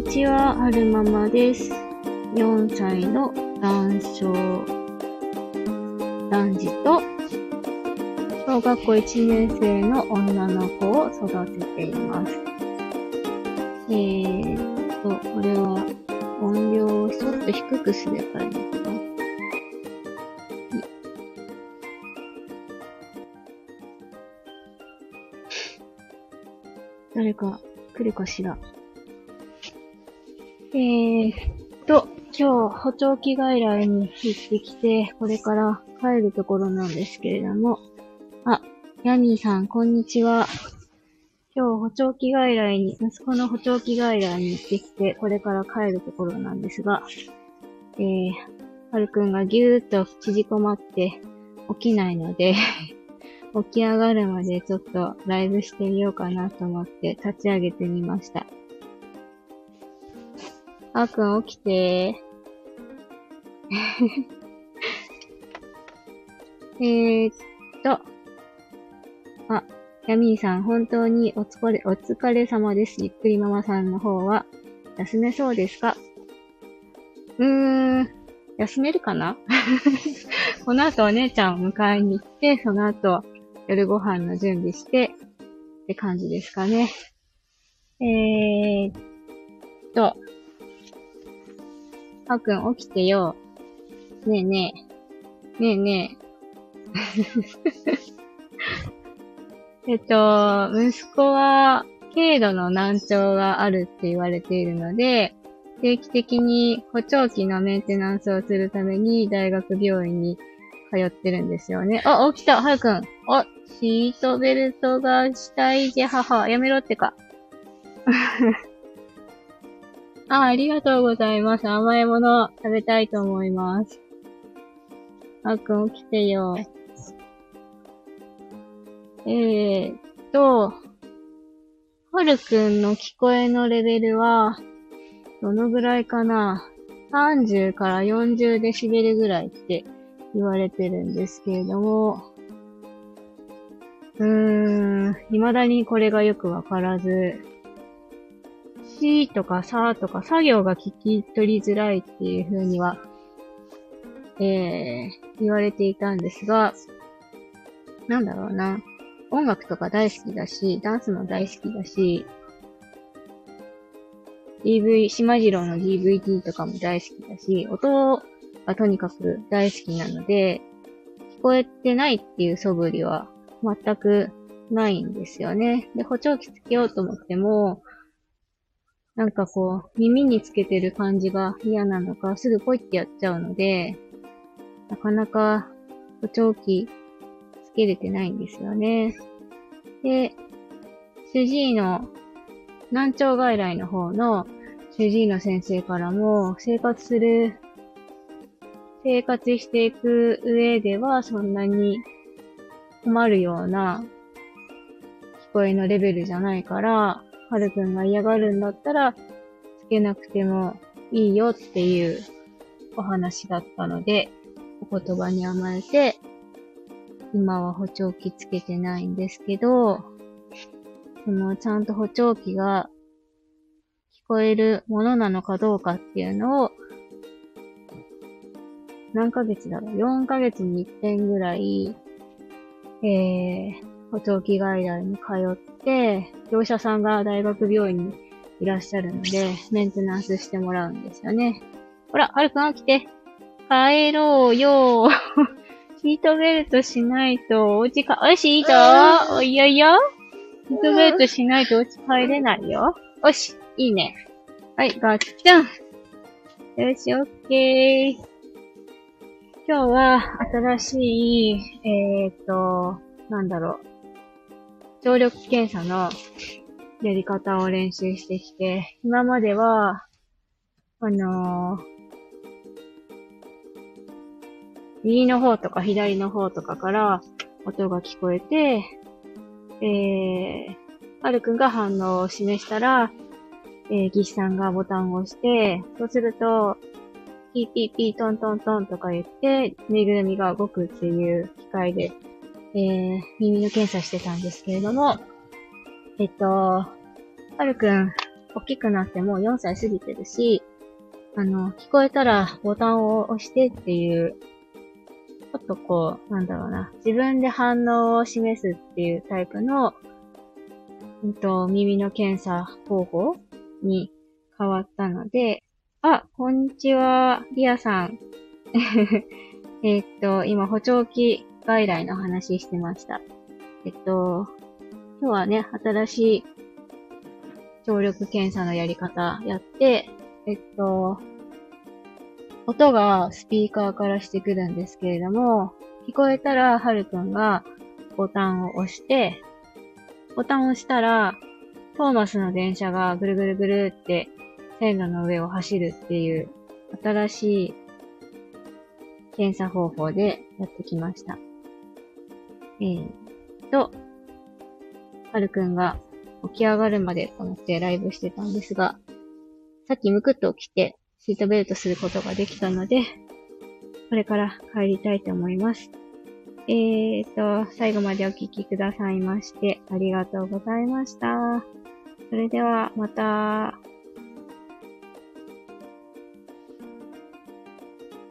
ちは、はるままです。4歳の男児と、小学校1年生の女の子を育てています。これは音量をちょっと低くすればいいのかな。誰か来るかしら。今日、補聴器外来に行ってきて、これから帰るところなんですけれども、ヤミーさん、こんにちは。今日、息子の補聴器外来に行ってきて、これから帰るところなんですが、はるくんがぎゅーっと縮こまって起きないので、起き上がるまでちょっとライブしてみようかなと思って立ち上げてみました。あーくん起きてヤミーさん、本当にお疲れ様です。ゆっくりママさんの方は、休めそうですか？休めるかなこの後お姉ちゃんを迎えに行って、その後夜ご飯の準備して、って感じですかね。あーくん起きてよ。ねえねえ。ねえねえ。息子は軽度の難聴があるって言われているので、定期的に補聴器のメンテナンスをするために大学病院に通ってるんですよね。起きた、はるくん。シートベルトがしたいぜ、母。やめろってか。ありがとうございます。甘いもの食べたいと思います。はるくん起きてよ。はるくんの聞こえのレベルは、どのぐらいかな？ 30 から40デシベルぐらいって言われてるんですけれども、未だにこれがよくわからず、しとかさとか作業が聞き取りづらいっていう風には、言われていたんですが、なんだろうな。音楽とか大好きだし、ダンスも大好きだし、島次郎の DVD とかも大好きだし、音がとにかく大好きなので、聞こえてないっていう素振りは全くないんですよね。で、補聴器つけようと思っても、なんか耳につけてる感じが嫌なのか、すぐポイってやっちゃうので、なかなか補聴器つけれてないんですよね。で、主治医の難聴外来の方の主治医の先生からも、生活していく上ではそんなに困るような聞こえのレベルじゃないから、はるくんが嫌がるんだったらつけなくてもいいよっていうお話だったので、お言葉に甘えて、今は補聴器つけてないんですけど、ちゃんと補聴器が聞こえるものなのかどうかっていうのを、何ヶ月だろう ?4 ヶ月に1遍ぐらい、補聴器外来に通って、業者さんが大学病院にいらっしゃるので、メンテナンスしてもらうんですよね。ほら、はるくん起きて。帰ろうよ。シートベルトしないと、お家か、おいしいと、おいよいよ。シートベルトしないとお家帰れないよ。おし、いいね。はい、ガッチャン。よし、オッケー。今日は新しい、聴力検査のやり方を練習してきて、今までは、右の方とか左の方とかから音が聞こえて、はるくんが反応を示したら、技師さんがボタンを押して、そうすると、ピーピーピートントントンとか言って、ぬいぐるみが動くっていう機械で、耳の検査してたんですけれども、はるくん、 大きくなってもう4歳過ぎてるし、聞こえたらボタンを押してっていう、ちょっとこう、なんだろうな、自分で反応を示すっていうタイプの、耳の検査方法に変わったので、あ、こんにちは、リアさん。今、補聴器外来の話してました。今日はね、新しい聴力検査のやり方やって、音がスピーカーからしてくるんですけれども、聞こえたら、はるくんがボタンを押して、ボタンを押したら、トーマスの電車がぐるぐるぐるって線路の上を走るっていう新しい検査方法でやってきました。はるくんが起き上がるまでと思ってライブしてたんですが、さっきむくっと起きてシートベルトすることができたので、これから帰りたいと思います。最後までお聞きくださいましてありがとうございました。それではまた。